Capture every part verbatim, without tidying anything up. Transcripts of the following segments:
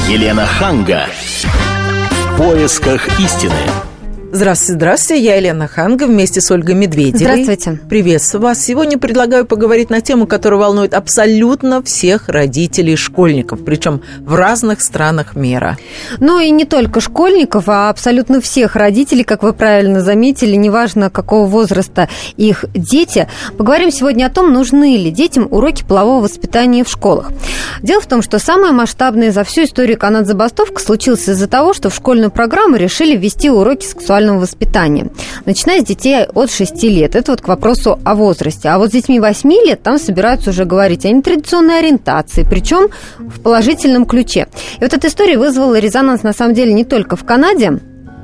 Елена Ханга. В поисках истины. Здравствуйте, здравствуйте, я Елена Ханга вместе с Ольгой Медведевой. Здравствуйте. Приветствую вас. Сегодня предлагаю поговорить на тему, которая волнует абсолютно всех родителей и школьников, причем в разных странах мира. Ну и не только школьников, а абсолютно всех родителей, как вы правильно заметили, неважно какого возраста их дети. Поговорим сегодня о том, нужны ли детям уроки полового воспитания в школах. Дело в том, что самая масштабная за всю историю канат-забастовка случилась из-за того, что в школьную программу решили ввести уроки сексуального воспитания, начиная с детей от шести лет. Это вот к вопросу о возрасте. А вот с детьми восьми лет там собираются уже говорить о нетрадиционной ориентации, причем в положительном ключе. И вот эта история вызвала резонанс, на самом деле, не только в Канаде.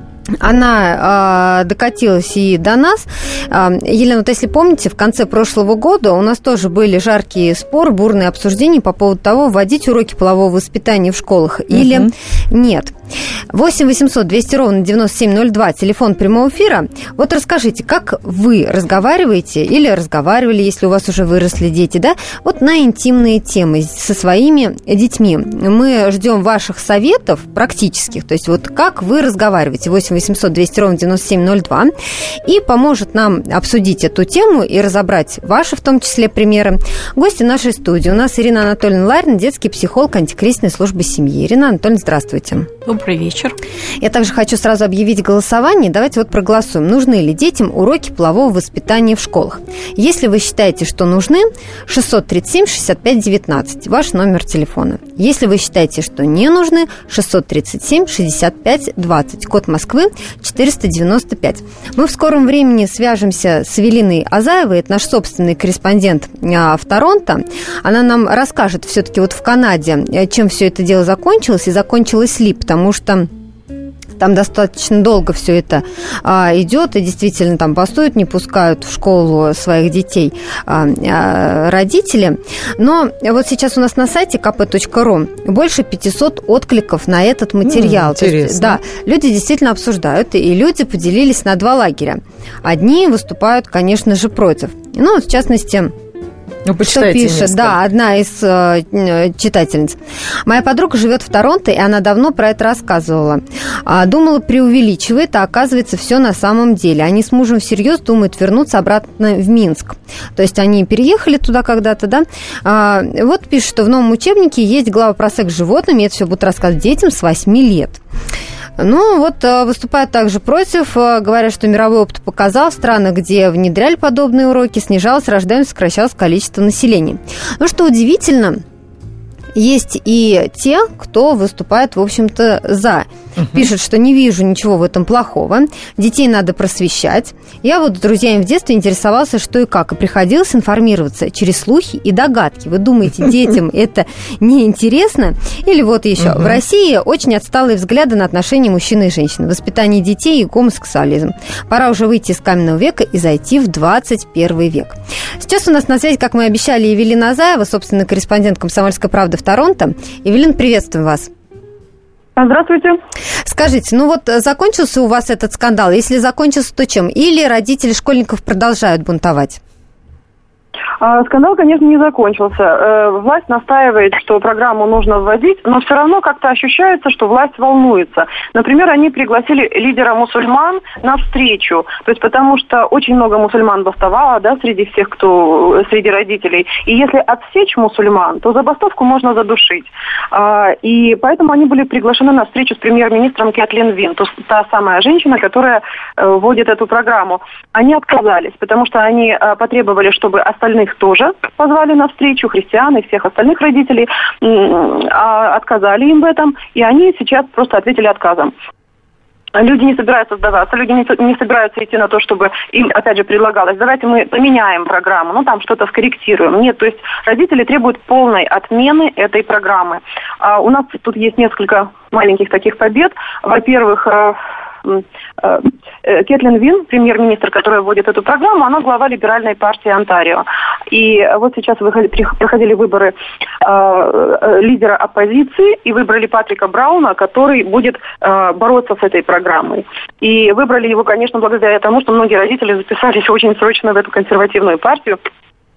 Она э, докатилась и до нас. Э, Елена, вот если помните, в конце прошлого года у нас тоже были жаркие споры, бурные обсуждения по поводу того, вводить уроки полового воспитания в школах uh-huh. или нет. восемь восемьсот двести ровно девяносто семь ноль два, телефон прямого эфира. Вот расскажите, как вы разговариваете или разговаривали, если у вас уже выросли дети, да, вот на интимные темы со своими детьми. Мы ждем ваших советов практических, то есть вот как вы разговариваете. восемь восемьсот двести ровно девяносто семь ноль два. И поможет нам обсудить эту тему и разобрать ваши, в том числе, примеры. Гости нашей студии. У нас Ирина Анатольевна Ларина, детский психолог антикризисной службы семьи. Ирина Анатольевна, здравствуйте. Добрый вечер. Я также хочу сразу объявить голосование. Давайте вот проголосуем. Нужны ли детям уроки полового воспитания в школах? Если вы считаете, что нужны, шестьсот тридцать семь шестьдесят пять девятнадцать, ваш номер телефона. Если вы считаете, что не нужны, шестьсот тридцать семь шестьдесят пять двадцать, код Москвы четыреста девяносто пять. Мы в скором времени свяжемся с Эвелиной Азаевой, это наш собственный корреспондент в Торонто. Она нам расскажет все-таки вот в Канаде, чем все это дело закончилось и закончилось ли, потому что там достаточно долго все это а, идет, и действительно там бастуют, не пускают в школу своих детей а, а, родители. Но вот сейчас у нас на сайте ка пэ точка ру больше пятьсот откликов на этот материал. Mm, интересно. То есть, да, люди действительно обсуждают, и люди поделились на два лагеря. Одни выступают, конечно же, против. Ну, в частности... Ну, что пишет, несколько. Да, одна из э, читательниц. Моя подруга живет в Торонто, и она давно про это рассказывала. А, думала, преувеличивает, а оказывается, все на самом деле. Они с мужем всерьез думают вернуться обратно в Минск. То есть они переехали туда когда-то, да. А, вот пишет, что в новом учебнике есть глава про секс с животными, и это все будут рассказывать детям с восьми лет. Ну, вот выступают также против, говорят, что мировой опыт показал, в странах, где внедряли подобные уроки, снижалась рождаемость, сокращалось количество населения. Но что удивительно, есть и те, кто выступает, в общем-то, за. Uh-huh. Пишет, что не вижу ничего в этом плохого. Детей надо просвещать. Я вот с друзьями в детстве интересовался, что и как. И приходилось информироваться через слухи и догадки. Вы думаете, детям это неинтересно? Или вот еще. Uh-huh. В России очень отсталые взгляды на отношения мужчины и женщины, воспитание детей и гомосексуализм. Пора уже выйти из каменного века и зайти в двадцать первый век. Сейчас у нас на связи, как мы обещали, Эвелина Азаева, собственно, корреспондент «Комсомольской правды» в Торонто. Эвелин, приветствуем вас. Здравствуйте. Скажите, ну вот закончился у вас этот скандал? Если закончился, то чем? Или родители школьников продолжают бунтовать? Скандал, конечно, не закончился. Власть настаивает, что программу нужно вводить, но все равно как-то ощущается, что власть волнуется. Например, они пригласили лидера мусульман на встречу, то есть потому что очень много мусульман бастовало, да, среди всех, кто, среди родителей. И если отсечь мусульман, то забастовку можно задушить. И поэтому они были приглашены на встречу с премьер-министром Кэтлин Вин, то, та самая женщина, которая вводит эту программу. Они отказались, потому что они потребовали, чтобы остальных тоже позвали на встречу, христиан и всех остальных родителей, отказали им в этом, и они сейчас просто ответили отказом. Люди не собираются сдаваться, люди не, не собираются идти на то, чтобы им, опять же, предлагалось, давайте мы поменяем программу, ну, там что-то скорректируем. Нет, то есть родители требуют полной отмены этой программы. А у нас тут есть несколько маленьких таких побед. Во-первых, Кэтлин Вин, премьер-министр, которая вводит эту программу, она глава либеральной партии Онтарио. И вот сейчас проходили выборы э, лидера оппозиции, и выбрали Патрика Брауна, который будет э, бороться с этой программой. И выбрали его, конечно, благодаря тому, что многие родители записались очень срочно в эту консервативную партию.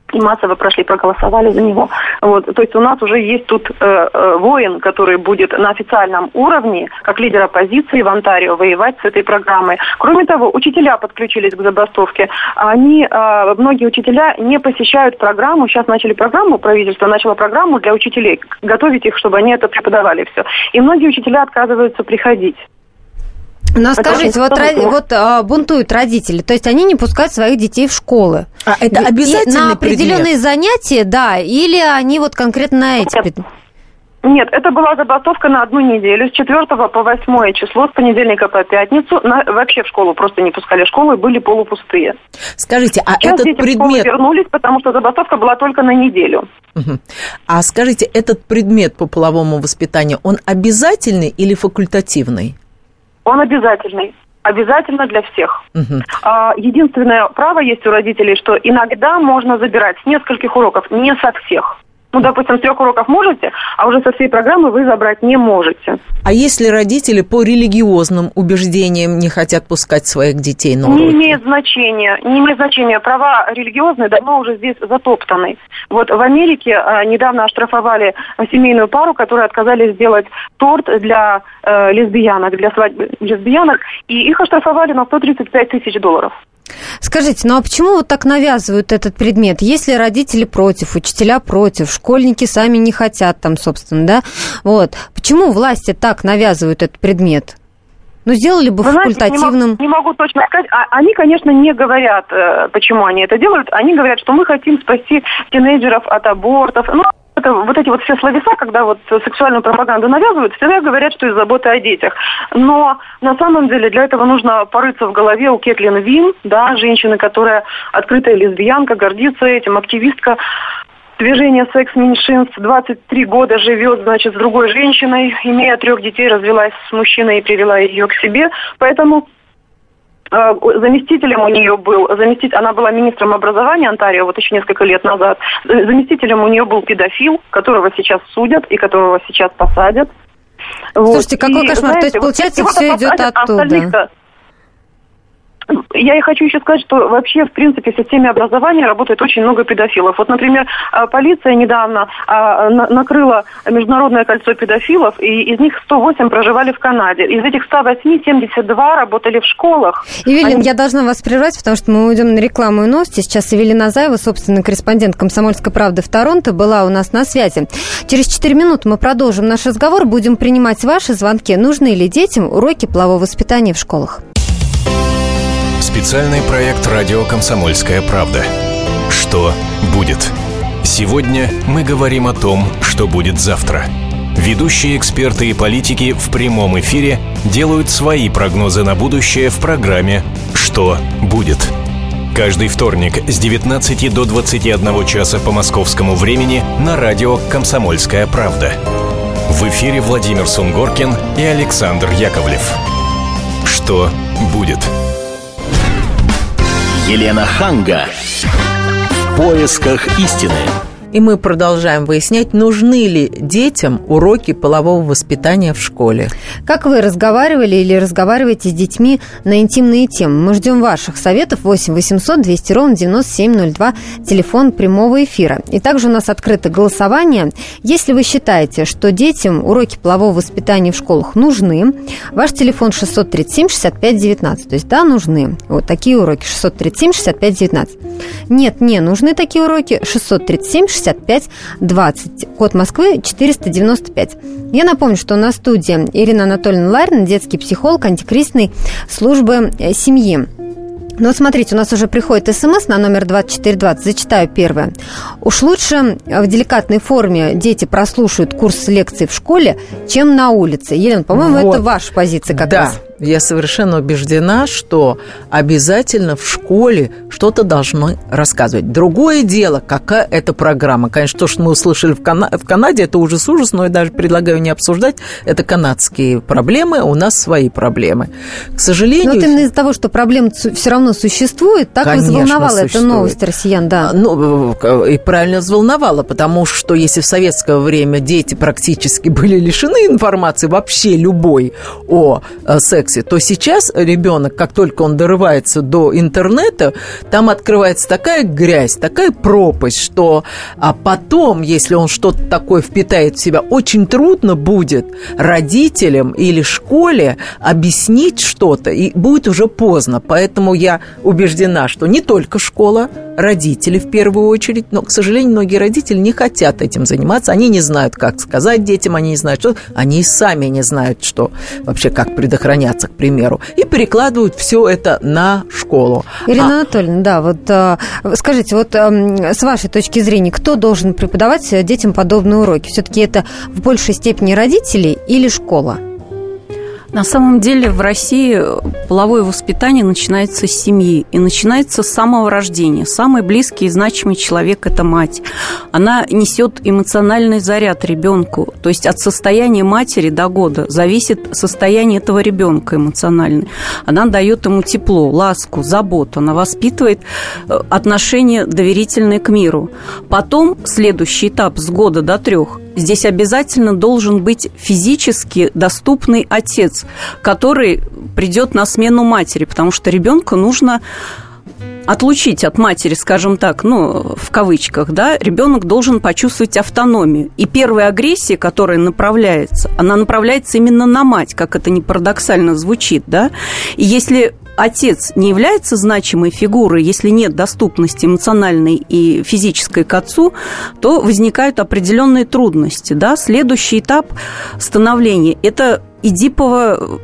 и массово прошли, проголосовали за него. Вот. То есть у нас уже есть тут э, э, воин, который будет на официальном уровне, как лидер оппозиции в Онтарио, воевать с этой программой. Кроме того, учителя подключились к забастовке. Они, э, многие учителя не посещают программу. Сейчас начали программу, правительство начало программу для учителей, готовить их, чтобы они это преподавали все. И многие учителя отказываются приходить. Ну, а скажите, вот, ради, вот а, бунтуют родители, то есть они не пускают своих детей в школы. А это обязательный на определенные предмет? занятия, да, или они вот конкретно на эти? Нет. Нет, это была забастовка на одну неделю, с четвёртого по восьмое число, с понедельника по пятницу. На, вообще в школу просто не пускали, школы были полупустые. Скажите, а Сейчас этот дети предмет... в школу вернулись, потому что забастовка была только на неделю. Угу. А скажите, этот предмет по половому воспитанию, он обязательный или факультативный? Он обязательный. Обязательно для всех. Угу. А, единственное право есть у родителей, что иногда можно забирать с нескольких уроков, не со всех. Ну, допустим, с трех уроков можете, а уже со всей программы вы забрать не можете. А если родители по религиозным убеждениям не хотят пускать своих детей на уроки? Не имеет значения. Не имеет значения. Права религиозные давно уже здесь затоптаны. Вот в Америке а, недавно оштрафовали семейную пару, которые отказались сделать торт для э, лесбиянок, для свадьбы лесбиянок, и их оштрафовали на сто тридцать пять тысяч долларов. Скажите, ну а почему вот так навязывают этот предмет? Если родители против, учителя против, школьники сами не хотят там, собственно, да? Вот. Почему власти так навязывают этот предмет? Ну, сделали бы Вы факультативным. Знаете, не, могу, не могу точно сказать. А, они, конечно, не говорят, э, почему они это делают. Они говорят, что мы хотим спасти тинейджеров от абортов. Ну, это, вот эти вот все словеса, когда вот сексуальную пропаганду навязывают, всегда говорят, что из заботы о детях. Но на самом деле для этого нужно порыться в голове у Кэтлин Вин, да, женщины, которая открытая лесбиянка, гордится этим, активистка движения секс-меньшинств, двадцать три года живет, значит, с другой женщиной, имея трех детей, развелась с мужчиной и привела ее к себе. Поэтому заместителем у нее был, заместитель, она была министром образования Онтарио вот еще несколько лет назад. Заместителем у нее был педофил, которого сейчас судят и которого сейчас посадят. Слушайте, вот. какой и, кошмар. знаете, То есть, получается, вот все идет оттуда. Я и хочу еще сказать, что вообще, в принципе, в системе образования работает очень много педофилов. Вот, например, полиция недавно накрыла международное кольцо педофилов, и из них сто восемь проживали в Канаде. Из этих ста восьми семьдесят два работали в школах. Евелина, Они... я должна вас прервать, потому что мы уйдем на рекламу и новости. Сейчас Евелина Заева, собственно, корреспондент «Комсомольской правды» в Торонто, была у нас на связи. Через четыре минуты мы продолжим наш разговор, будем принимать ваши звонки. Нужны ли детям уроки полового воспитания в школах? Специальный проект «Радио Комсомольская правда». Что будет? Сегодня мы говорим о том, что будет завтра. Ведущие эксперты и политики в прямом эфире делают свои прогнозы на будущее в программе «Что будет?». Каждый вторник с девятнадцати до двадцати одного часа по московскому времени на радио «Комсомольская правда». В эфире Владимир Сунгоркин и Александр Яковлев. Что будет? Елена Ханга. В поисках истины. И мы продолжаем выяснять, нужны ли детям уроки полового воспитания в школе. Как вы разговаривали или разговариваете с детьми на интимные темы? Мы ждем ваших советов. восемь восемьсот двести ровно девяносто семь ноль два, телефон прямого эфира. И также у нас открыто голосование. Если вы считаете, что детям уроки полового воспитания в школах нужны, ваш телефон шестьсот тридцать семь шестьдесят пять девятнадцать. То есть, да, нужны. Вот такие уроки. шестьсот тридцать семь шестьдесят пять девятнадцать. Нет, не нужны такие уроки. шестьсот тридцать семь шестьдесят пять двадцать. Код Москвы четыреста девяносто пять. Я напомню, что на студии Ирина Анатольевна Ларина, детский психолог антикризисной службы семьи. Ну вот смотрите, у нас уже приходит смс на номер двадцать четыре двадцать. Зачитаю первое. Уж лучше в деликатной форме дети прослушают курс лекций в школе, чем на улице. Елена, по-моему, вот. Это ваша позиция как да. раз. Я совершенно убеждена, что обязательно в школе что-то должны рассказывать. Другое дело, какая это программа. Конечно, то, что мы услышали в, Кана- в Канаде, это ужас-ужас, но я даже предлагаю не обсуждать. Это канадские проблемы, у нас свои проблемы. К сожалению... Но вот именно из-за того, что проблема все равно существует, так Конечно, взволновала существует. эта новость россиян, да. Ну, и правильно взволновала, потому что если в советское время дети практически были лишены информации вообще любой о сексе, сексе, то сейчас ребенок, как только он дорывается до интернета, там открывается такая грязь, такая пропасть, что а потом, если он что-то такое впитает в себя, очень трудно будет родителям или школе объяснить что-то, и будет уже поздно. Поэтому я убеждена, что не только школа, родители в первую очередь, но, к сожалению, многие родители не хотят этим заниматься, они не знают, как сказать детям, они не знают, что, они и сами не знают, что вообще, как предохраняться, к примеру, и перекладывают все это на школу. Ирина а... Анатольевна, да, вот э, скажите, вот э, с вашей точки зрения, кто должен преподавать детям подобные уроки? Все-таки это в большей степени родители или школа? На самом деле в России половое воспитание начинается с семьи и начинается с самого рождения. Самый близкий и значимый человек – это мать. Она несет эмоциональный заряд ребенку. То есть от состояния матери до года зависит состояние этого ребенка эмоциональное. Она дает ему тепло, ласку, заботу. Она воспитывает отношения доверительные к миру. Потом следующий этап с года до трех. Здесь обязательно должен быть физически доступный отец, который придет на смену матери, потому что ребенку нужно отлучить от матери, скажем так, ну, в кавычках, да, ребенок должен почувствовать автономию. И первая агрессия, которая направляется, она направляется именно на мать, как это ни парадоксально звучит, да. И если отец не является значимой фигурой, если нет доступности эмоциональной и физической к отцу, то возникают определенные трудности. Да? Следующий этап становления – это Эдипово,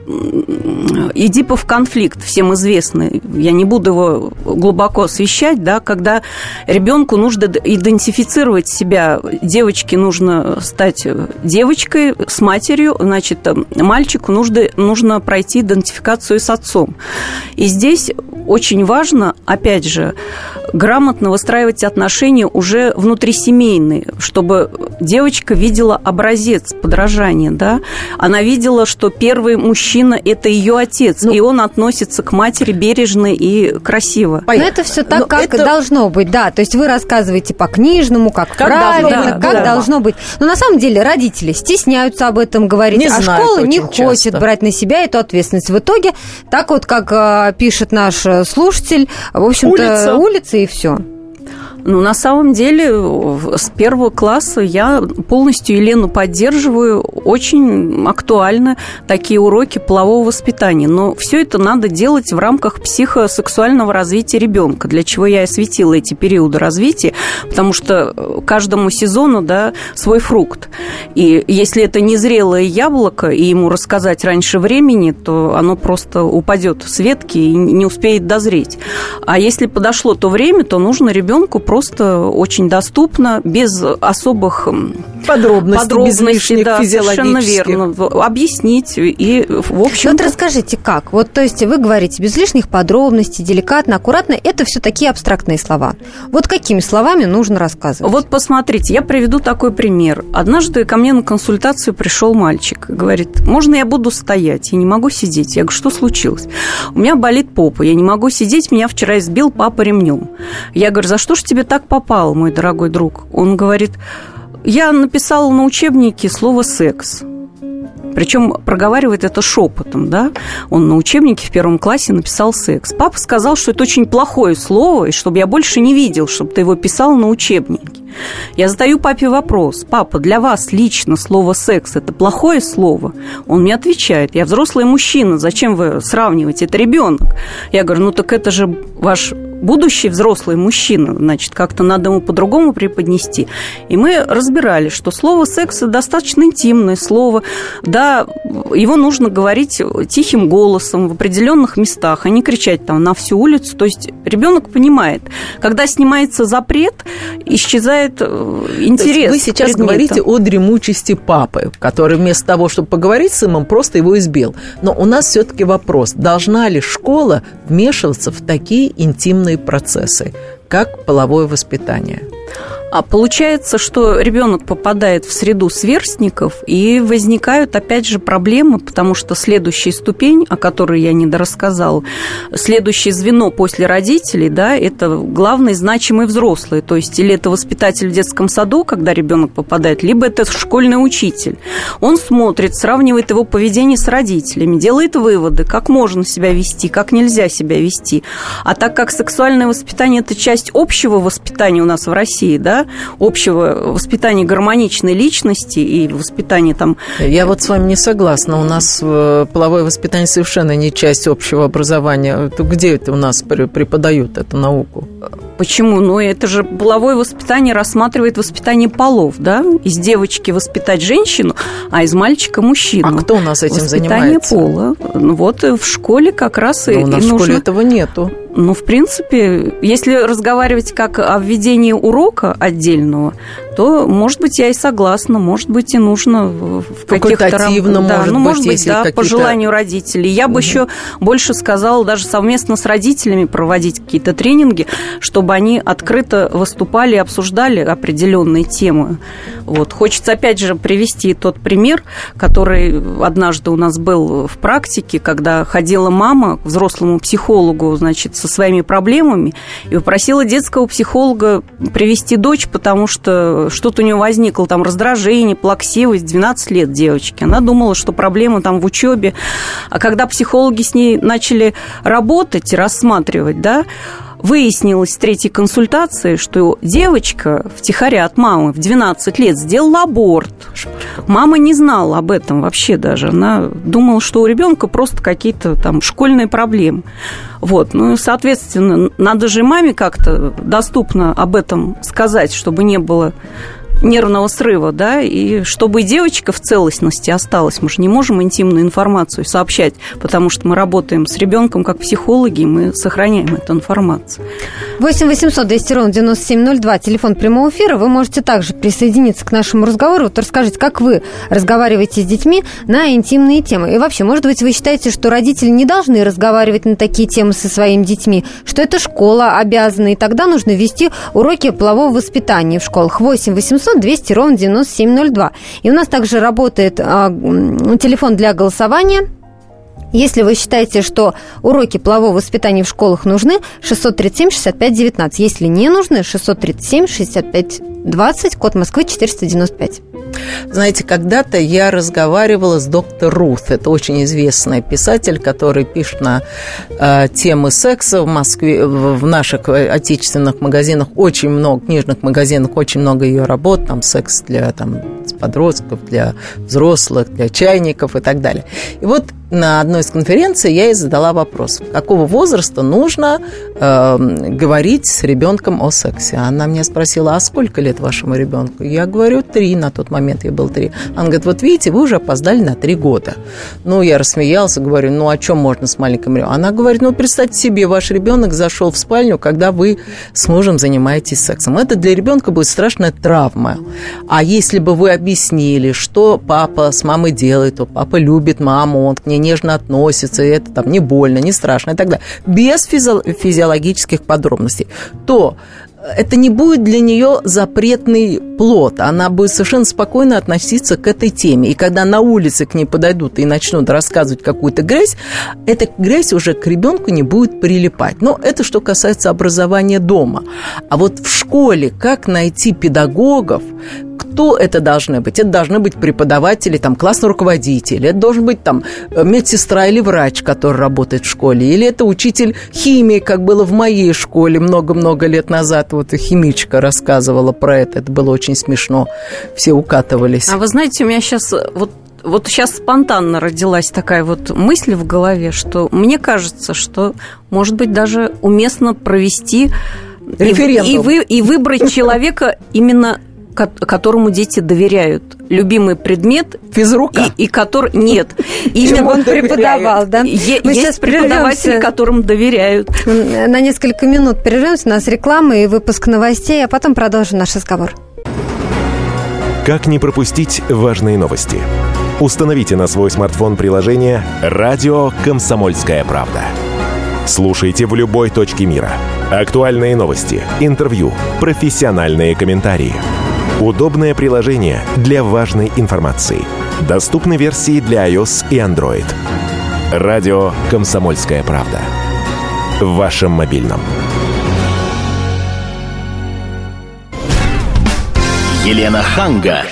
Эдипов конфликт, всем известный. Я не буду его глубоко освещать, да, когда ребенку нужно идентифицировать себя. Девочке нужно стать девочкой с матерью, значит, мальчику нужно, нужно пройти идентификацию с отцом. И здесь очень важно, опять же, грамотно выстраивать отношения уже внутрисемейные, чтобы девочка видела образец подражания, да? Она видела, что первый мужчина – это ее отец, ну, и он относится к матери бережно и красиво. Но это все так, Но как это... должно быть, да. То есть вы рассказываете по-книжному, как, как правильно, должно, да, как да. должно быть. Но на самом деле родители стесняются об этом говорить, не а школа не хочет часто. брать на себя эту ответственность. В итоге, так вот, как э, пишет наш слушатель, в общем-то, улица, улица и все. Ну, на самом деле, с первого класса я полностью Елену поддерживаю. Очень актуальны такие уроки полового воспитания. Но все это надо делать в рамках психосексуального развития ребенка, для чего я осветила эти периоды развития, потому что каждому сезону, да, свой фрукт. И если это незрелое яблоко, и ему рассказать раньше времени, то оно просто упадет с ветки и не успеет дозреть. А если подошло то время, то нужно ребенку просто очень доступно, без особых подробностей, подробностей без лишних да, совершенно верно, объяснить и, в общем. Вот расскажите, как? Вот, то есть вы говорите без лишних подробностей, деликатно, аккуратно, это все такие абстрактные слова. Вот какими словами нужно рассказывать? Вот посмотрите, я приведу такой пример. Однажды ко мне на консультацию пришел мальчик, говорит: можно я буду стоять? Я не могу сидеть. Я говорю: что случилось? У меня болит попа, я не могу сидеть, меня вчера избил папа ремнем. Я говорю: за что ж тебе так попало, мой дорогой друг? Он говорит: я написала на учебнике слово «секс». Причем проговаривает это шепотом, да? Он на учебнике в первом классе написал «секс». Папа сказал, что это очень плохое слово, и чтобы я больше не видел, чтобы ты его писал на учебнике. Я задаю папе вопрос: папа, для вас лично слово «секс» – это плохое слово? Он мне отвечает: я взрослый мужчина, зачем вы сравниваете, это ребенок. Я говорю: ну так это же ваш будущий взрослый мужчина, значит, как-то надо ему по-другому преподнести. И мы разбирали, что слово «секс» – достаточно интимное слово. Да, его нужно говорить тихим голосом в определенных местах, а не кричать там на всю улицу. То есть ребенок понимает, когда снимается запрет, исчезает интерес. Вы сейчас предмета. говорите о дремучести папы, который вместо того, чтобы поговорить с сыном, просто его избил. Но у нас все-таки вопрос: должна ли школа вмешиваться в такие интимные процессы, как половое воспитание? А получается, что ребенок попадает в среду сверстников, и возникают, опять же, проблемы, потому что следующая ступень, о которой я недорассказала, следующее звено после родителей, да, это главный значимый взрослый, то есть или это воспитатель в детском саду, когда ребенок попадает, либо это школьный учитель. Он смотрит, сравнивает его поведение с родителями, делает выводы, как можно себя вести, как нельзя себя вести. А так как сексуальное воспитание – это часть общего воспитания у нас в России, да, общего воспитания гармоничной личности и воспитания там... Я вот с вами не согласна. У нас половое воспитание совершенно не часть общего образования. Где это у нас преподают эту науку? Почему? Ну, это же половое воспитание рассматривает воспитание полов, да? Из девочки воспитать женщину, а из мальчика мужчину. А кто у нас этим воспитание занимается? Пола. Ну, вот в школе как раз Но и, у нас и в нужно... школе этого нету. Ну, в принципе, если разговаривать как о введении урока отдельного, то, может быть, я и согласна, может быть, и нужно в каких-то... Факультативно, да, может ну, быть, может быть, если да, какие-то... по желанию родителей. Я бы угу. еще больше сказала, даже совместно с родителями проводить какие-то тренинги, чтобы они открыто выступали и обсуждали определенные темы. Вот. Хочется, опять же, привести тот пример, который однажды у нас был в практике, когда ходила мама к взрослому психологу, значит, со своими проблемами и попросила детского психолога привести дочь, потому что что-то у нее возникло, там, раздражение, плаксивость, двенадцать лет девочки. Она думала, что проблема там в учебе. А когда психологи с ней начали работать, рассматривать, да, выяснилось с третьей консультации, что девочка втихаря от мамы в двенадцать лет сделала аборт. Мама не знала об этом вообще даже. Она думала, что у ребенка просто какие-то там школьные проблемы. Вот. Ну, соответственно, надо же маме как-то доступно об этом сказать, чтобы не было нервного срыва, да, и чтобы девочка в целостности осталась. Мы же не можем интимную информацию сообщать, потому что мы работаем с ребенком как психологи, и мы сохраняем эту информацию. восемь восемьсот двести ровно девяносто семь ноль два, телефон прямого эфира. Вы можете также присоединиться к нашему разговору. Вот расскажите, как вы разговариваете с детьми на интимные темы. И вообще, может быть, вы считаете, что родители не должны разговаривать на такие темы со своими детьми, что это школа обязана, и тогда нужно вести уроки полового воспитания в школах. восемь восемьсот двести ровно девяносто семь ноль два. И у нас также работает а, телефон для голосования. Если вы считаете, что уроки полового воспитания в школах нужны, шестьсот тридцать семь шестьдесят пять девятнадцать. Если не нужны, шестьсот тридцать семь шестьдесят пять двадцать, код Москвы четыреста девяносто пять. Знаете, когда-то я разговаривала с доктор Рут. Это очень известный писатель, который пишет на э, темы секса в Москве, в, в наших отечественных магазинах. Очень много, книжных магазинах, очень много ее работ. Там секс для там, подростков, для взрослых, для чайников и так далее. И вот на одной из конференций я ей задала вопрос, какого возраста нужно э, говорить с ребенком о сексе. Она меня спросила, а сколько лет вашему ребенку? Я говорю, три, на тот момент ей было три. Она говорит, вот видите, вы уже опоздали на три года. Ну, я рассмеялся, говорю, ну, о чем можно с маленьким ребенком? Она говорит, ну, представьте себе, ваш ребенок зашел в спальню, когда вы с мужем занимаетесь сексом. Это для ребенка будет страшная травма. А если бы вы объяснили, что папа с мамой делает, то папа любит маму, он к ней нежно относится, и это там не больно, не страшно и так далее, без физи- физиологических подробностей, то это не будет для нее запретный плод. Она будет совершенно спокойно относиться к этой теме. И когда на улице к ней подойдут и начнут рассказывать какую-то грязь, эта грязь уже к ребенку не будет прилипать. Но это что касается образования дома. А вот в школе как найти педагогов, кто это должны быть? Это должны быть преподаватели, там, классный руководитель, это должен быть там медсестра или врач, который работает в школе, или это учитель химии, как было в моей школе много-много лет назад. Вот и химичка рассказывала про это, это было очень смешно, все укатывались. А вы знаете, у меня сейчас вот Вот сейчас спонтанно родилась такая вот мысль в голове, что мне кажется, что, может быть, даже уместно провести референдум и, и, вы, и выбрать человека именно которому дети доверяют. Любимый предмет. Физрука. И, и который... Нет. Именно он преподавал, да? Е- есть преподаватели, которым доверяют. На несколько минут прервемся. У нас реклама и выпуск новостей, а потом продолжим наш разговор. Как не пропустить важные новости? Установите на свой смартфон приложение «Радио Комсомольская правда». Слушайте в любой точке мира. Актуальные новости, интервью, профессиональные комментарии. Удобное приложение для важной информации. Доступны версии для iOS и Android. Радио «Комсомольская правда». В вашем мобильном. Елена Ханга.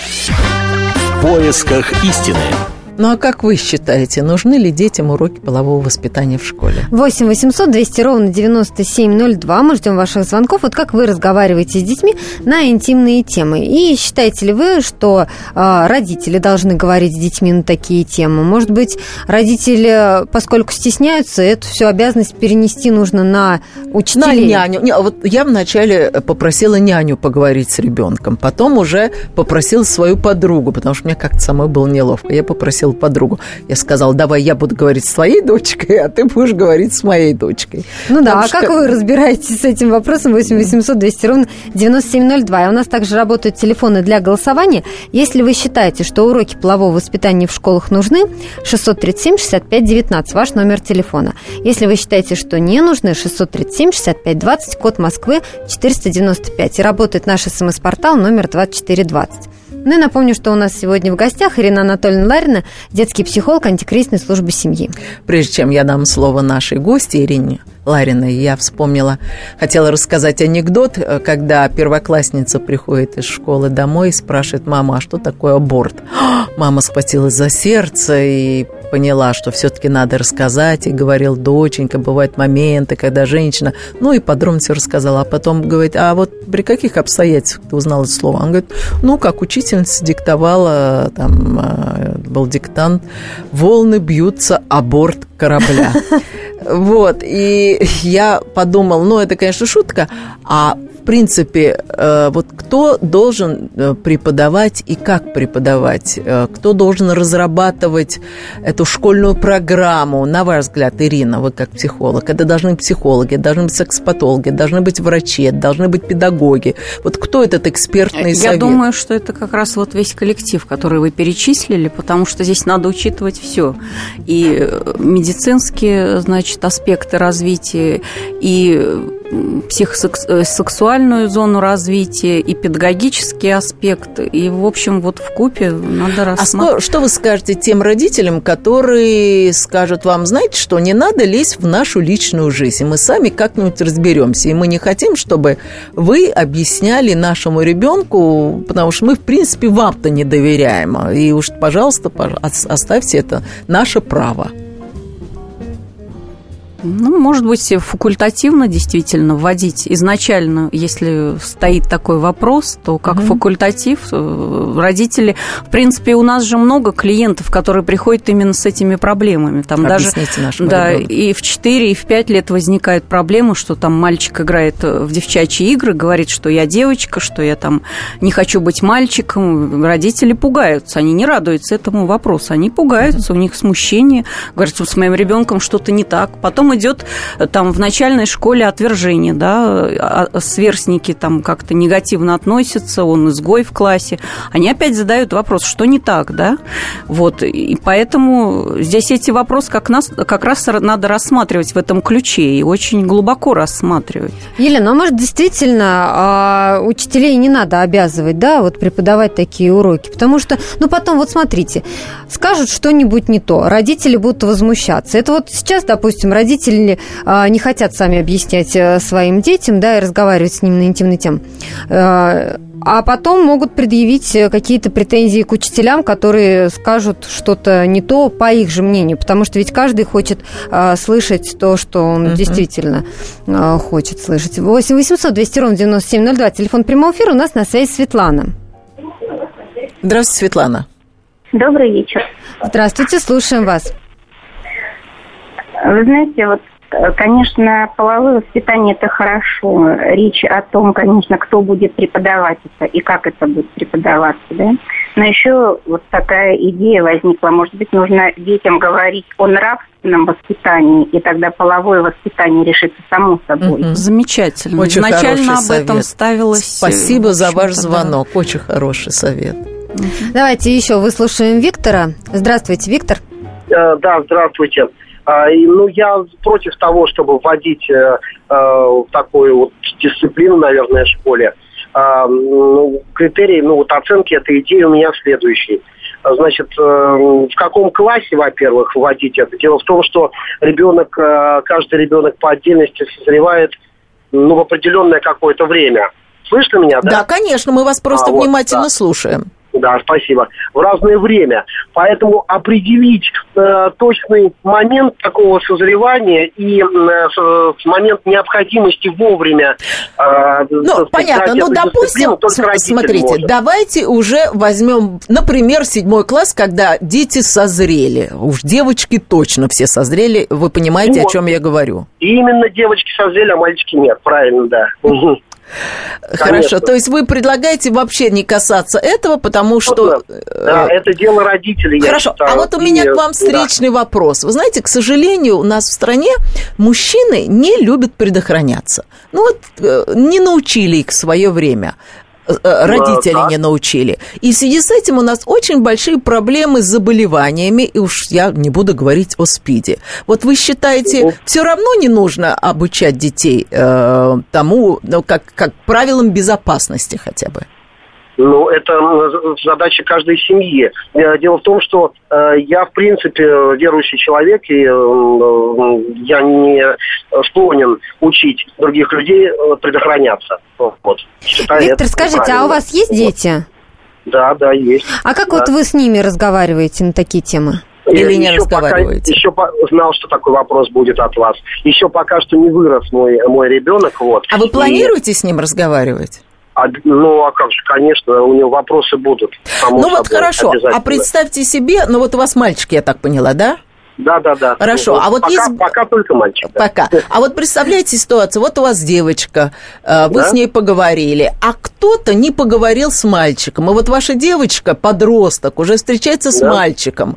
В поисках истины. Ну а как вы считаете, нужны ли детям уроки полового воспитания в школе? восемь восемьсот двести ровно девяносто семь ноль два. Мы ждем ваших звонков. Вот как вы разговариваете с детьми на интимные темы? И считаете ли вы, что э, родители должны говорить с детьми на такие темы? Может быть, родители, поскольку стесняются, эту всю обязанность перенести нужно на учителей? На няню. Не, вот я вначале попросила няню поговорить с ребенком, потом уже попросила свою подругу, потому что мне как-то самой было неловко. Я попросила подругу. Я сказала, давай я буду говорить с твоей дочкой, а ты будешь говорить с моей дочкой. Ну да, Потому а что... как вы разбираетесь с этим вопросом? восемь восемьсот двести ровно девяносто семь ноль два. И у нас также работают телефоны для голосования. Если вы считаете, что уроки полового воспитания в школах нужны, шестьсот тридцать семь шестьдесят пять девятнадцать, ваш номер телефона. Если вы считаете, что не нужны, шестьсот тридцать семь шестьдесят пять двадцать, код Москвы четыреста девяносто пять. И работает наш смс-портал номер двадцать четыре двадцать. Ну и напомню, что у нас сегодня в гостях Ирина Анатольевна Ларина, детский психолог антикризисной службы семьи. Прежде чем я дам слово нашей гости Ирине Лариной, я вспомнила, хотела рассказать анекдот, когда первоклассница приходит из школы домой и спрашивает: мама, а что такое аборт? Мама схватилась за сердце и поняла, что все-таки надо рассказать, и говорил: доченька, бывают моменты, когда женщина... Ну, и подробно все рассказала. А потом говорит: а вот при каких обстоятельствах ты узнала это слово? Он говорит: ну, как учительница диктовала, там был диктант: волны бьются о борт корабля. Вот, и я подумала, ну, это, конечно, шутка, а в принципе, вот кто должен преподавать и как преподавать, кто должен разрабатывать эту школьную программу, на ваш взгляд, Ирина, вы как психолог? Это должны быть психологи, должны быть сексопатологи, должны быть врачи, должны быть педагоги. Вот кто этот экспертный совет? Я думаю, что это как раз вот весь коллектив, который вы перечислили, потому что здесь надо учитывать все. И медицинские, значит, аспекты развития, и психосексуальную зону развития, и педагогический аспект, и, в общем, вот вкупе надо рассматривать. А что, что вы скажете тем родителям, которые скажут вам: знаете что, не надо лезть в нашу личную жизнь, мы сами как-нибудь разберемся, и мы не хотим, чтобы вы объясняли нашему ребенку, потому что мы, в принципе, вам-то не доверяем, и уж, пожалуйста, оставьте это, наше право. Ну, может быть, факультативно действительно вводить изначально, если стоит такой вопрос, то как mm-hmm. факультатив родители... В принципе, у нас же много клиентов, которые приходят именно с этими проблемами. Там Объясните даже, нашему да, ребенку. И в четыре, и в пять лет возникает проблема, что там мальчик играет в девчачьи игры, говорит, что я девочка, что я там не хочу быть мальчиком. Родители пугаются, они не радуются этому вопросу, они пугаются, mm-hmm. у них смущение. Говорят, что с моим ребенком что-то не так. Потом идет там в начальной школе отвержение, да, сверстники там как-то негативно относятся, он изгой в классе, они опять задают вопрос, что не так, да, вот, и поэтому здесь эти вопросы как, нас, как раз надо рассматривать в этом ключе и очень глубоко рассматривать. Елена, а может, действительно учителей не надо обязывать, да, вот преподавать такие уроки, потому что, ну, потом, вот смотрите, скажут что-нибудь не то, родители будут возмущаться. Это вот сейчас, допустим, родители не хотят сами объяснять своим детям, да, и разговаривать с ними на интимные темы. А потом могут предъявить какие-то претензии к учителям, которые скажут что-то не то по их же мнению, потому что ведь каждый хочет слышать то, что он uh-huh. действительно хочет слышать. восемь восемьсот двести ровно девяносто семь ноль два, телефон прямого эфира, у нас на связи Светлана. Здравствуйте, Светлана. Добрый вечер. Здравствуйте, слушаем вас. Вы знаете, вот, конечно, половое воспитание – это хорошо. Речь о том, конечно, кто будет преподавать это и как это будет преподаваться, да. Но еще вот такая идея возникла. Может быть, нужно детям говорить о нравственном воспитании, и тогда половое воспитание решится само собой. Mm-hmm. Замечательно. Очень изначально об совет. этом ставилось. Спасибо за ваш звонок. Да. Очень хороший совет. Mm-hmm. Давайте еще выслушаем Виктора. Здравствуйте, Виктор. Да, здравствуйте. И, ну, я против того, чтобы вводить э, э, такую вот дисциплину, наверное, в школе. Э, ну, критерий, ну, вот оценки этой идеи у меня следующий. Значит, э, в каком классе, во-первых, вводить это? Дело в том, что ребенок, э, каждый ребенок по отдельности созревает, ну, в определенное какое-то время. Слышно меня, да? Да, конечно, мы вас просто а, вот, внимательно да. слушаем. Да, спасибо. В разное время. Поэтому определить э, точный момент такого созревания и э, момент необходимости вовремя... Э, ну, понятно. Ну, допустим, смотрите, может. Давайте уже возьмем, например, седьмой класс, когда дети созрели. Уж девочки точно все созрели. Вы понимаете, вот. О чем я говорю? И именно девочки созрели, а мальчики нет. Правильно, да. Угу. Хорошо, конечно. То есть вы предлагаете вообще не касаться этого, потому что... Да, это дело родителей. Хорошо, считаю, а вот у меня и... к вам встречный да. вопрос. Вы знаете, к сожалению, у нас в стране мужчины не любят предохраняться. Ну вот не научили их в свое время. Родители да, да. не научили. И в связи с этим у нас очень большие проблемы с заболеваниями, и уж я не буду говорить о СПИДе. Вот вы считаете, ну, все равно не нужно обучать детей э, тому, ну, как, как правилам безопасности хотя бы? Ну, это задача каждой семьи. Дело в том, что э, я, в принципе, верующий человек, и э, я не склонен учить других людей предохраняться. Вот. Считаю, Виктор, скажите, правильно. А у вас есть дети? Да, да, есть. А как да. вот вы с ними разговариваете на такие темы? Или не еще разговариваете? Пока, еще по, знал, что такой вопрос будет от вас. Еще пока что не вырос мой, мой ребенок. Вот. А вы планируете и... с ним разговаривать? А, ну, а как же, конечно, у него вопросы будут. Ну вот хорошо, а представьте себе, ну вот у вас мальчик, я так поняла, да? Да, да, да. Хорошо, ну, а вот пока, есть... Пока только мальчик. Да. Пока. А вот представляете ситуацию, вот у вас девочка, вы да? с ней поговорили, а кто-то не поговорил с мальчиком, и вот ваша девочка, подросток, уже встречается с да. мальчиком,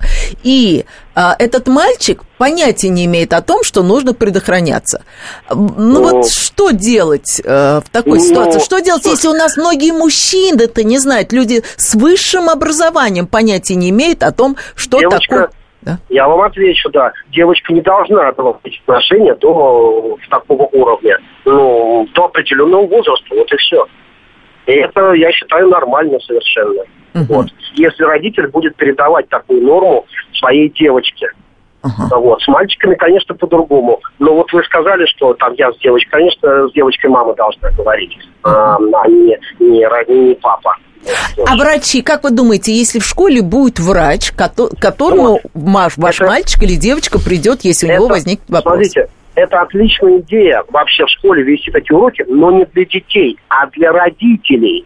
и а, этот мальчик понятия не имеет о том, что нужно предохраняться. Ну, ну вот что делать э, в такой ну, ситуации? Что делать, если у нас многие мужчины-то не знают, люди с высшим образованием понятия не имеют о том, что девочка... такое... Да? Я вам отвечу, да. Девочка не должна отводить отношения до такого уровня, ну, до определенного возраста, вот и все. И это, я считаю, нормально совершенно. Uh-huh. Вот. Если родитель будет передавать такую норму своей девочке. Uh-huh. Вот. С мальчиками, конечно, по-другому. Но вот вы сказали, что там я с девочкой, конечно, с девочкой мама должна говорить, uh-huh. а не, не, не папа. А врачи, как вы думаете, если в школе будет врач, которому вот. ваш это, мальчик или девочка придет, если это, у него возникнет вопрос? Смотрите, это отличная идея вообще в школе вести такие уроки, но не для детей, а для родителей.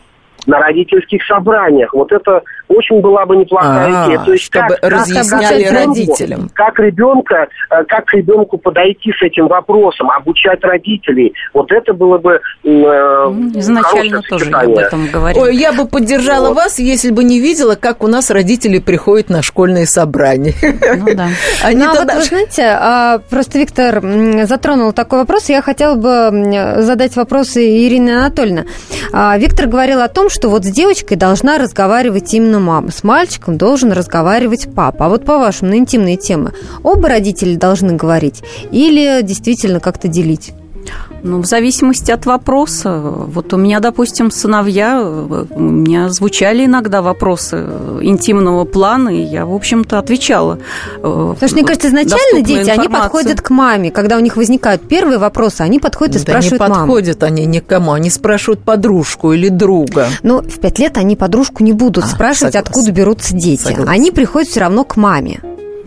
На родительских собраниях. Вот это очень была бы неплохая А-а-а, идея. То есть чтобы как, разъясняли как родителям. Как ребенка, как к ребенку подойти с этим вопросом, обучать родителей. Вот это было бы э, изначально тоже я об этом говорила. Ой, я бы поддержала вот. вас, если бы не видела, как у нас родители приходят на школьные собрания. Ну да. Они ну, а вот вы знаете, просто Виктор затронул такой вопрос, я хотела бы задать вопрос Ирине Анатольевне. Виктор говорил о том, что вот с девочкой должна разговаривать именно мама, с мальчиком должен разговаривать папа. А вот по-вашему, на интимные темы оба родители должны говорить или действительно как-то делить? Ну, в зависимости от вопроса. Вот у меня, допустим, сыновья, у меня звучали иногда вопросы интимного плана, и я, в общем-то, отвечала. Потому что, мне кажется, изначально дети, информацию. Они подходят к маме. Когда у них возникают первые вопросы, они подходят и да спрашивают маму. Не подходят маму. Они никому, они спрашивают подружку или друга. Ну, в пять лет они подружку не будут а, спрашивать, согласна. Откуда берутся дети. Согласна. Они приходят все равно к маме.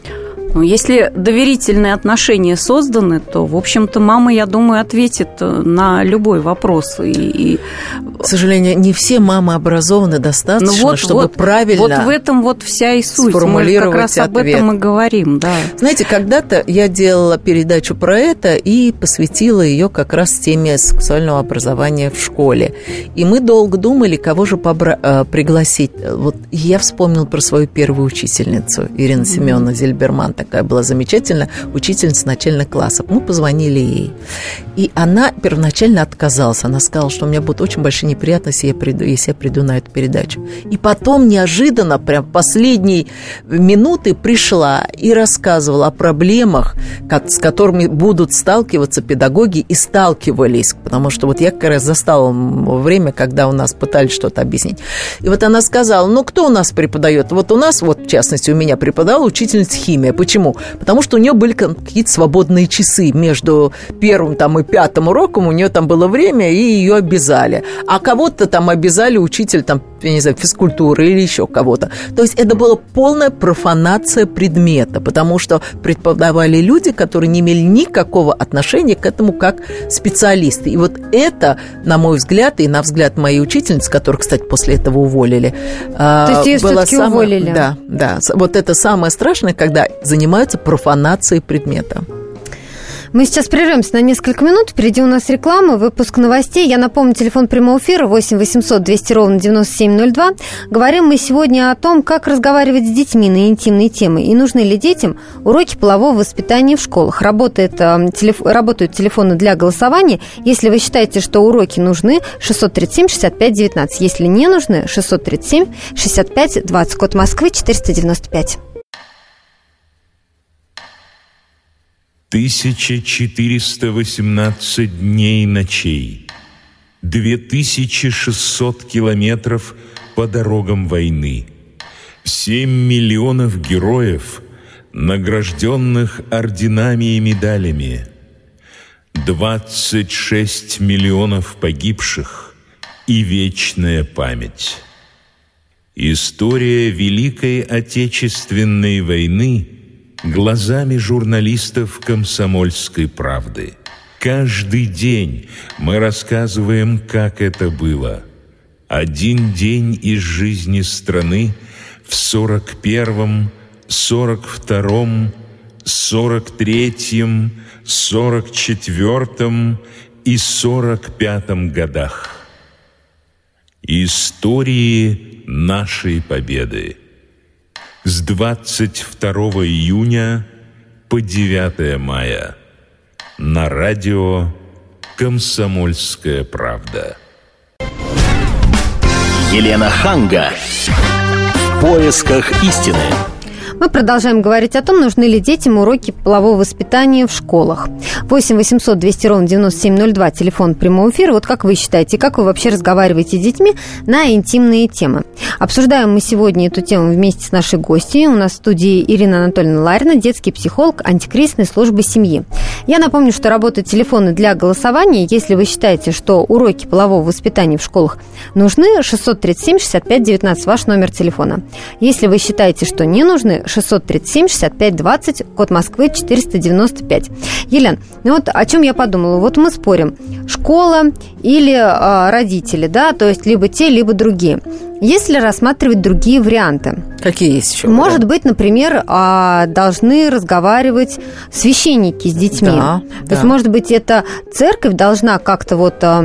Ну, если доверительные отношения созданы, то, в общем-то, мама, я думаю, ответит на любой вопрос. И, и... К сожалению, не все мамы образованы достаточно, ну, вот, чтобы вот, правильно вот в этом вот вся и суть. Сформулировать Мы как раз ответ. Об этом и говорим, да. Знаете, когда-то я делала передачу про это и посвятила ее как раз теме сексуального образования в школе. И мы долго думали, кого же побра- пригласить. Вот я вспомнила про свою первую учительницу, Ирину mm-hmm. Семеновну Зильберман. такая была замечательная учительница начальных классов. Мы позвонили ей. И она первоначально отказалась. Она сказала, что у меня будут очень большие неприятности, если я приду, если я приду на эту передачу. И потом неожиданно, прям в последние минуты пришла и рассказывала о проблемах, с которыми будут сталкиваться педагоги и сталкивались. Потому что вот я как раз застала время, когда у нас пытались что-то объяснить. И вот она сказала, ну, кто у нас преподает? Вот у нас, вот в частности, у меня преподавала учительница химии. Почему? Потому что у нее были какие-то свободные часы между первым там, и пятым уроком, у нее там было время, и ее обязали. А кого-то там обязали учитель, там, я не знаю, физкультуры или еще кого-то. То есть это была полная профанация предмета, потому что преподавали люди, которые не имели никакого отношения к этому как специалисты. И вот это, на мой взгляд, и на взгляд моей учительницы, которую, кстати, после этого уволили. То есть ее все-таки самое, уволили? Да, да. Вот это самое страшное, когда занимаются профанацией предмета. Мы сейчас прервемся на несколько минут. Впереди у нас реклама, выпуск новостей. Я напомню, телефон прямого эфира восемь восемьсот двести ровно девяносто семь ноль два. Говорим мы сегодня о том, как разговаривать с детьми на интимные темы и нужны ли детям уроки полового воспитания в школах. Работает, э, телеф... Работают телефоны для голосования. Если вы считаете, что уроки нужны, шестьсот тридцать семь шестьдесят пять девятнадцать. Если не нужны, шестьсот тридцать семь шестьдесят пять двадцать. Код Москвы четыреста девяносто пять. тысяча четыреста восемнадцать дней и ночей, две тысячи шестьсот километров по дорогам войны, семь миллионов героев, награжденных орденами и медалями, двадцать шесть миллионов погибших и вечная память. История Великой Отечественной войны глазами журналистов «Комсомольской правды». Каждый день мы рассказываем, как это было. Один день из жизни страны в сорок первом, сорок втором, сорок третьем, сорок четвертом и сорок пятом годах. Истории нашей победы. С двадцать второго июня по девятое мая на радио «Комсомольская правда». Елена Ханга. В поисках истины. Мы продолжаем говорить о том, нужны ли детям уроки полового воспитания в школах. восемь восемьсот двести ровно девяносто семь ноль два, телефон прямого эфира. Вот как вы считаете, как вы вообще разговариваете с детьми на интимные темы? Обсуждаем мы сегодня эту тему вместе с нашей гостьей. У нас в студии Ирина Анатольевна Ларина, детский психолог антикризисной службы семьи. Я напомню, что работают телефоны для голосования. Если вы считаете, что уроки полового воспитания в школах нужны, шестьсот тридцать семь шестьдесят пять девятнадцать, ваш номер телефона. Если вы считаете, что не нужны, шестьсот тридцать семь шестьдесят пять двадцать, код Москвы четыреста девяносто пять. Елена, ну вот о чем я подумала. Вот мы спорим, школа или э, родители, да, то есть либо те, либо другие. Если рассматривать другие варианты. Какие есть еще? Может варианты? быть, например, должны разговаривать священники с детьми. Да, То да. есть, может быть, эта церковь должна как-то вот э,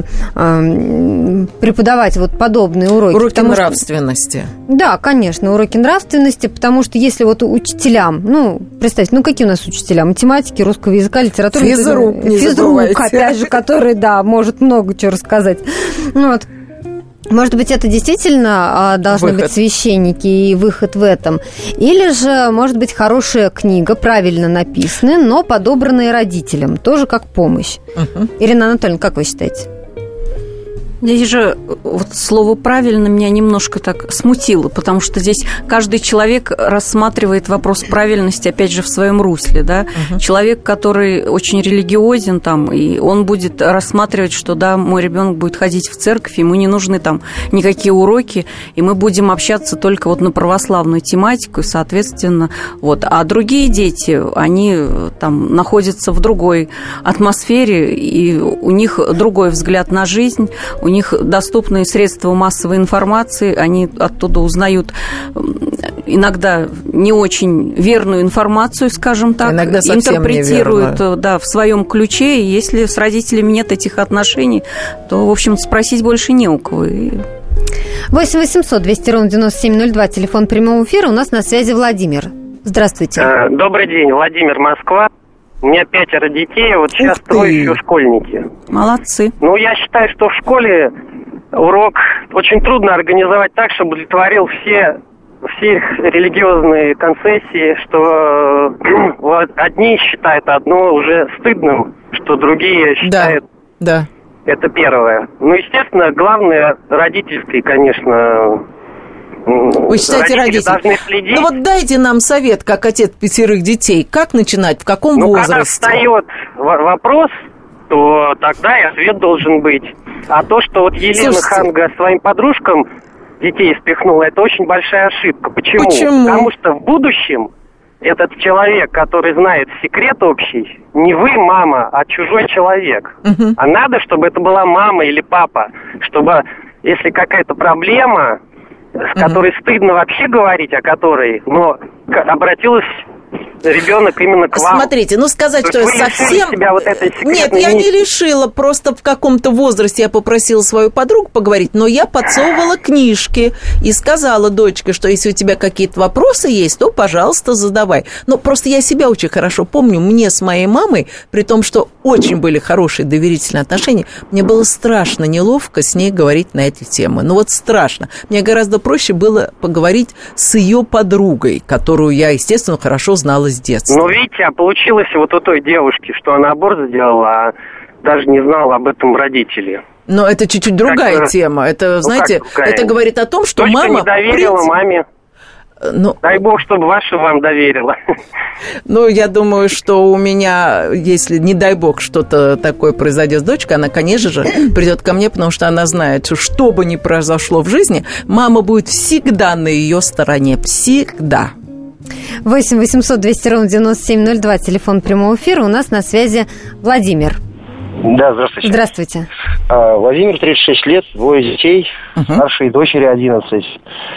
э, преподавать вот подобные уроки. Уроки потому нравственности. Что, да, конечно, уроки нравственности, потому что если вот учителям, ну, представьте, ну, какие у нас учителя? Математики, русского языка, литературы. Физрук, не Физрук, забывайте. опять же, который, да, может много чего рассказать. Вот. Может быть, это действительно а, должны выход. быть священники и выход в этом. Или же, может быть, хорошая книга, правильно написанная, но подобранная родителям, тоже как помощь. Угу. Ирина Анатольевна, как вы считаете? Здесь же вот слово «правильно» меня немножко так смутило, потому что здесь каждый человек рассматривает вопрос правильности, опять же, в своем русле, да. Угу. Человек, который очень религиозен, там, и он будет рассматривать, что, да, мой ребенок будет ходить в церковь, ему не нужны там никакие уроки, и мы будем общаться только вот на православную тематику, и, соответственно, вот. А другие дети, они там находятся в другой атмосфере, и у них другой взгляд на жизнь, у У них доступные средства массовой информации, они оттуда узнают иногда не очень верную информацию, скажем так, иногда совсем интерпретируют неверную. Да, в своем ключе, и если с родителями нет этих отношений, то, в общем, спросить больше не у кого. восемь восемьсот двести ровно девяносто семь ноль два, телефон прямого эфира, у нас на связи Владимир. Здравствуйте. Добрый день, Владимир, Москва. У меня пятеро детей, вот сейчас трое еще школьники. Молодцы. Ну, я считаю, что в школе урок очень трудно организовать так, чтобы удовлетворил все, все их религиозные концессии, что вот, одни считают одно уже стыдным, что другие считают... Да, да. Это первое. Ну, естественно, главное родительский, конечно... Вы считаете, родители должны следить. Ну вот дайте нам совет, как отец пятерых детей, как начинать, в каком ну, возрасте? Когда встает вопрос, то тогда и ответ должен быть. А то, что вот Елена Слушайте. Ханга своим подружкам детей спихнула, это очень большая ошибка. Почему? Почему? Потому что в будущем этот человек, который знает секрет общий, не вы, мама, а чужой человек. Угу. А надо, чтобы это была мама или папа, чтобы, если какая-то проблема... с которой mm-hmm. стыдно вообще говорить, о которой, но обратилась ребенок именно к вам. Смотрите, ну сказать, то что я совсем... Себя вот этой Нет, я не лишила, просто в каком-то возрасте я попросила свою подругу поговорить, но я подсовывала книжки и сказала дочке, что если у тебя какие-то вопросы есть, то, пожалуйста, задавай. Но просто я себя очень хорошо помню, мне с моей мамой, при том, что очень были хорошие доверительные отношения, мне было страшно неловко с ней говорить на эти темы. Ну вот страшно. Мне гораздо проще было поговорить с ее подругой, которую я, естественно, хорошо знала с детства. Ну, видите, а получилось вот у той девушки, что она аборт сделала, а даже не знала об этом родители. Но это чуть-чуть другая как, тема. Это, ну, знаете, это говорит о том, что Дочка мама... не доверила принцип... маме. Ну, дай бог, чтобы ваша вам доверила. Ну, я думаю, что у меня, если, не дай бог, что-то такое произойдет с дочкой, она, конечно же, придет ко мне, потому что она знает, что что бы ни произошло в жизни, мама будет всегда на ее стороне. Всегда. восемь восемьсот двести ровно девяносто семь ноль два, телефон прямого эфира. У нас на связи Владимир. Да, здравствуйте. Здравствуйте. А, Владимир, тридцать шесть лет, двое детей, uh-huh. старшей дочери одиннадцать.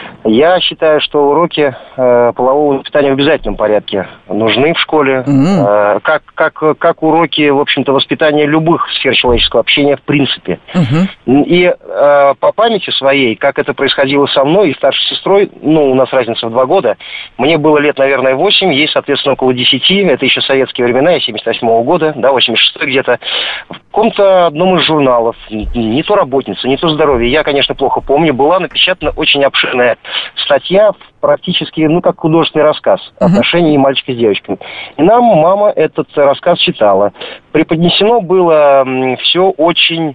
Я считаю, что уроки э, полового воспитания в обязательном порядке нужны в школе, uh-huh. э, как, как, как уроки, в общем-то, воспитания любых сфер человеческого общения в принципе. Uh-huh. И э, по памяти своей, как это происходило со мной и старшей сестрой, ну, у нас разница в два года, мне было лет, наверное, восемь, ей, соответственно, около десяти, это еще советские времена, я семьдесят восьмого года, да, восемьдесят шестой где-то, в каком-то одном из журналов, не то «Работница», не то «Здоровье», я, конечно, плохо помню, была напечатана очень обширная статья, практически, ну, как художественный рассказ uh-huh. отношений мальчика с девочками. И нам мама этот рассказ читала. Преподнесено было все очень...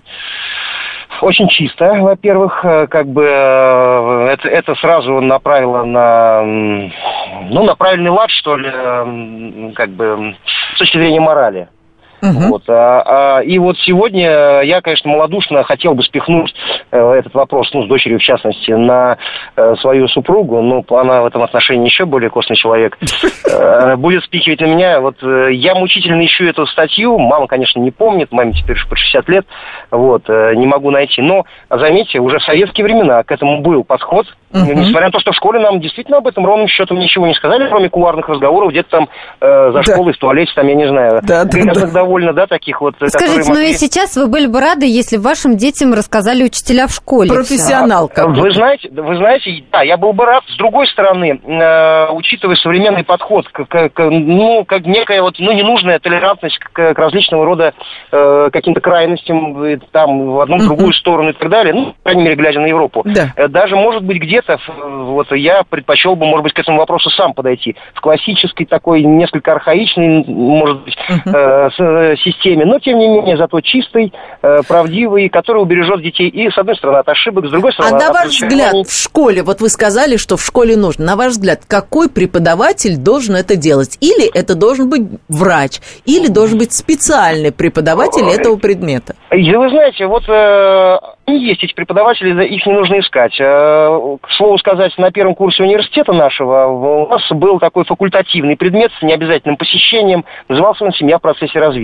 Очень чисто, во-первых, как бы это, это сразу направило на, ну, на правильный лад, что ли, как бы с точки зрения морали. Uh-huh. Вот, а, а, и вот сегодня я, конечно, малодушно хотел бы спихнуть э, этот вопрос, ну, с дочерью в частности, на э, свою супругу, ну, она в этом отношении еще более костный человек, э, будет спихивать на меня. Вот э, я мучительно ищу эту статью, мама, конечно, не помнит, маме теперь уже по шестьдесят лет, вот, э, не могу найти, но, заметьте, уже в советские времена к этому был подход, uh-huh. несмотря на то, что в школе нам действительно об этом ровным счетом ничего не сказали, кроме кулуарных разговоров, где-то там э, за школой, в туалете, там, я не знаю, да, да, да. да, таких вот... Скажите, могли... ну и сейчас вы были бы рады, если вашим детям рассказали учителя в школе. Профессионал какой-то. Вы знаете, вы знаете, да, я был бы рад. С другой стороны, э, учитывая современный подход, к, к, к, ну, как некая вот, ну, ненужная толерантность к, к различного рода э, каким-то крайностям, там, в одну, в другую сторону и так далее, ну, по крайней мере, глядя на Европу. Да. Э, даже, может быть, где-то, вот, я предпочел бы, может быть, к этому вопросу сам подойти. В классической такой, несколько архаичной, может быть, э, с, системе, но, тем не менее, зато чистый, э, правдивый, который убережет детей и, с одной стороны, от ошибок, с другой стороны... А на от ваш взгляд, в школе, вот вы сказали, что в школе нужно, на ваш взгляд, какой преподаватель должен это делать? Или это должен быть врач, или должен быть специальный преподаватель этого предмета? И вы знаете, вот э, есть эти преподаватели, их не нужно искать. Э, к слову сказать, на первом курсе университета нашего у нас был такой факультативный предмет с необязательным посещением, назывался он «Семья в процессе развития».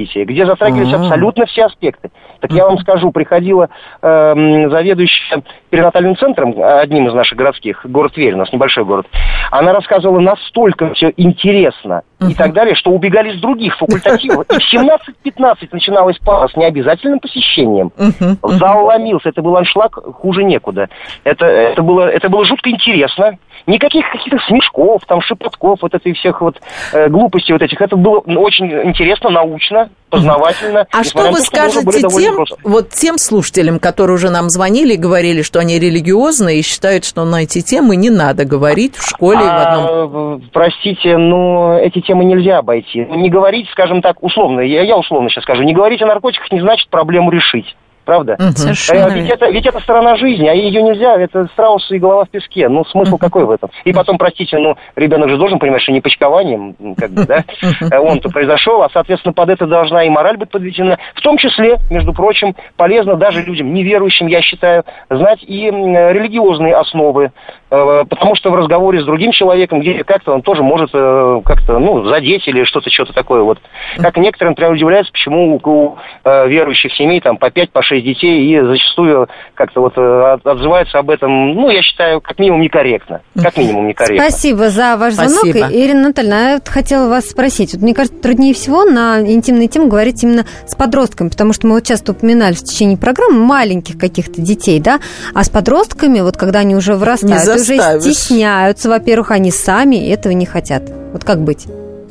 развития, где затрагивались mm-hmm. абсолютно все аспекты. Так я вам скажу, приходила э, заведующая перинатальным центром, одним из наших городских, город Тверь, у нас небольшой город, она рассказывала настолько все интересно uh-huh. и так далее, что убегали с других факультативов. И в семнадцать-пятнадцать начиналась пара с необязательным посещением. Uh-huh. Зал ломился, это был аншлаг хуже некуда. Это, это, было, это было жутко интересно. Никаких каких-то смешков, там, шепотков, вот этой всех вот э, глупостей вот этих. Это было очень интересно, научно, познавательно. А что вы скажете тем, вот тем слушателям, которые уже нам звонили и говорили, что они религиозные и считают, что на эти темы не надо говорить в школе? А, и в одном... Простите, но эти темы нельзя обойти. Не говорить, скажем так, условно, я, я условно сейчас скажу, не говорить о наркотиках не значит проблему решить. Правда? Совершенно. Ведь это, ведь это сторона жизни, а ее нельзя, это страус и голова в песке. Ну, смысл uh-huh. какой в этом? И потом, простите, ну, ребенок же должен понимать, что не почкованием, как бы, да, он-то произошел, а, соответственно, под это должна и мораль быть подведена. В том числе, между прочим, полезно даже людям неверующим, я считаю, знать и религиозные основы, потому что в разговоре с другим человеком, где как-то он тоже может как-то, ну, задеть или что-то, что-то такое вот. Как некоторые, например, удивляются, почему у верующих семей там по пять, по шесть детей, и зачастую как-то вот отзываются об этом, ну, я считаю, как минимум некорректно. Как минимум некорректно. Спасибо за ваш звонок. Спасибо. Ирина Анатольевна, я хотела вас спросить. Вот, мне кажется, труднее всего на интимные темы говорить именно с подростками, потому что мы вот часто упоминали в течение программы маленьких каких-то детей, да, а с подростками, вот когда они уже вырастают, уже стесняются, во-первых, они сами этого не хотят. Вот как быть?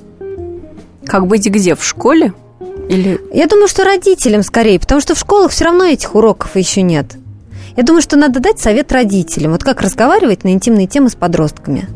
Как быть где? В школе? Или... Я думаю, что родителям скорее, потому что в школах все равно этих уроков еще нет. Я думаю, что надо дать совет родителям. Вот как разговаривать на интимные темы с подростками?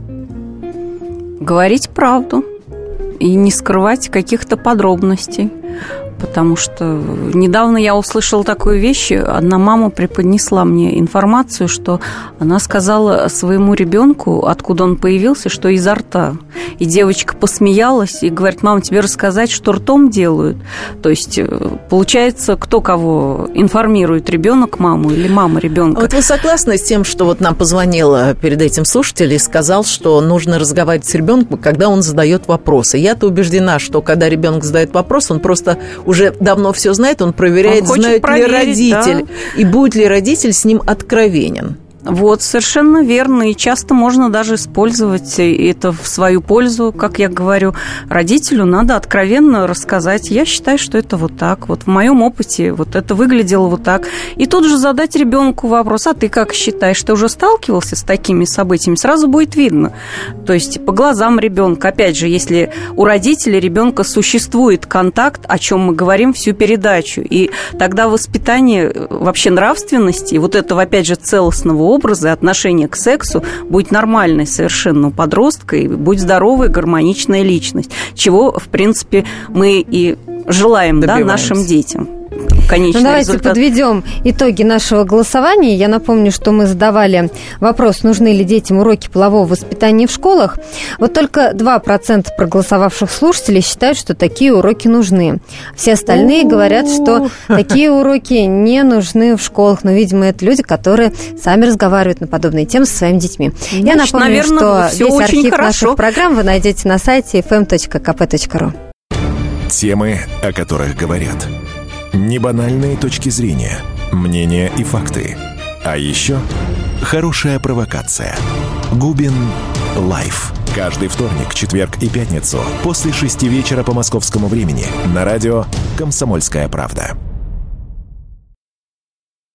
Говорить правду и не скрывать каких-то подробностей. Потому что недавно я услышала такую вещь. Одна мама преподнесла мне информацию, что она сказала своему ребенку, откуда он появился, что изо рта. И девочка посмеялась и говорит: мама, тебе рассказать, что ртом делают? То есть, получается, кто кого информирует, ребенок маму или мама ребенка? Вот вы согласны с тем, что вот нам позвонила перед этим слушатель и сказал, что нужно разговаривать с ребенком, когда он задает вопросы? Я-то убеждена, что когда ребенок задает вопрос, он просто уже давно все знает, он проверяет, он знает ли родитель, да? И будет ли родитель с ним откровенен. Вот, совершенно верно. И часто можно даже использовать это в свою пользу. Как я говорю, родителю надо откровенно рассказать: я считаю, что это вот так. Вот в моем опыте вот это выглядело вот так. И тут же задать ребенку вопрос: а ты как считаешь, ты уже сталкивался с такими событиями? Сразу будет видно. То есть по глазам ребенка. Опять же, если у родителей ребенка существует контакт, о чем мы говорим всю передачу, и тогда воспитание вообще нравственности, вот этого, опять же, целостного образы, отношение к сексу будет нормальной совершенно у подростка, и будет здоровая, гармоничная личность, чего, в принципе, мы и желаем, да, нашим детям. Ну, давайте результат. Подведем итоги нашего голосования. Я напомню, что мы задавали вопрос, нужны ли детям уроки полового воспитания в школах. Вот только два процента проголосовавших слушателей считают, что такие уроки нужны. Все остальные говорят, что такие уроки не нужны в школах. Но, видимо, это люди, которые сами разговаривают на подобные темы со своими детьми. Значит, я напомню, наверное, что весь архив хорошо. Наших программ вы найдете на сайте эф эм точка ка пэ точка ру. Темы, о которых говорят. Небанальные точки зрения, мнения и факты. А еще хорошая провокация. Губин Лайф. Каждый вторник, четверг и пятницу после шести вечера по московскому времени на радио «Комсомольская правда».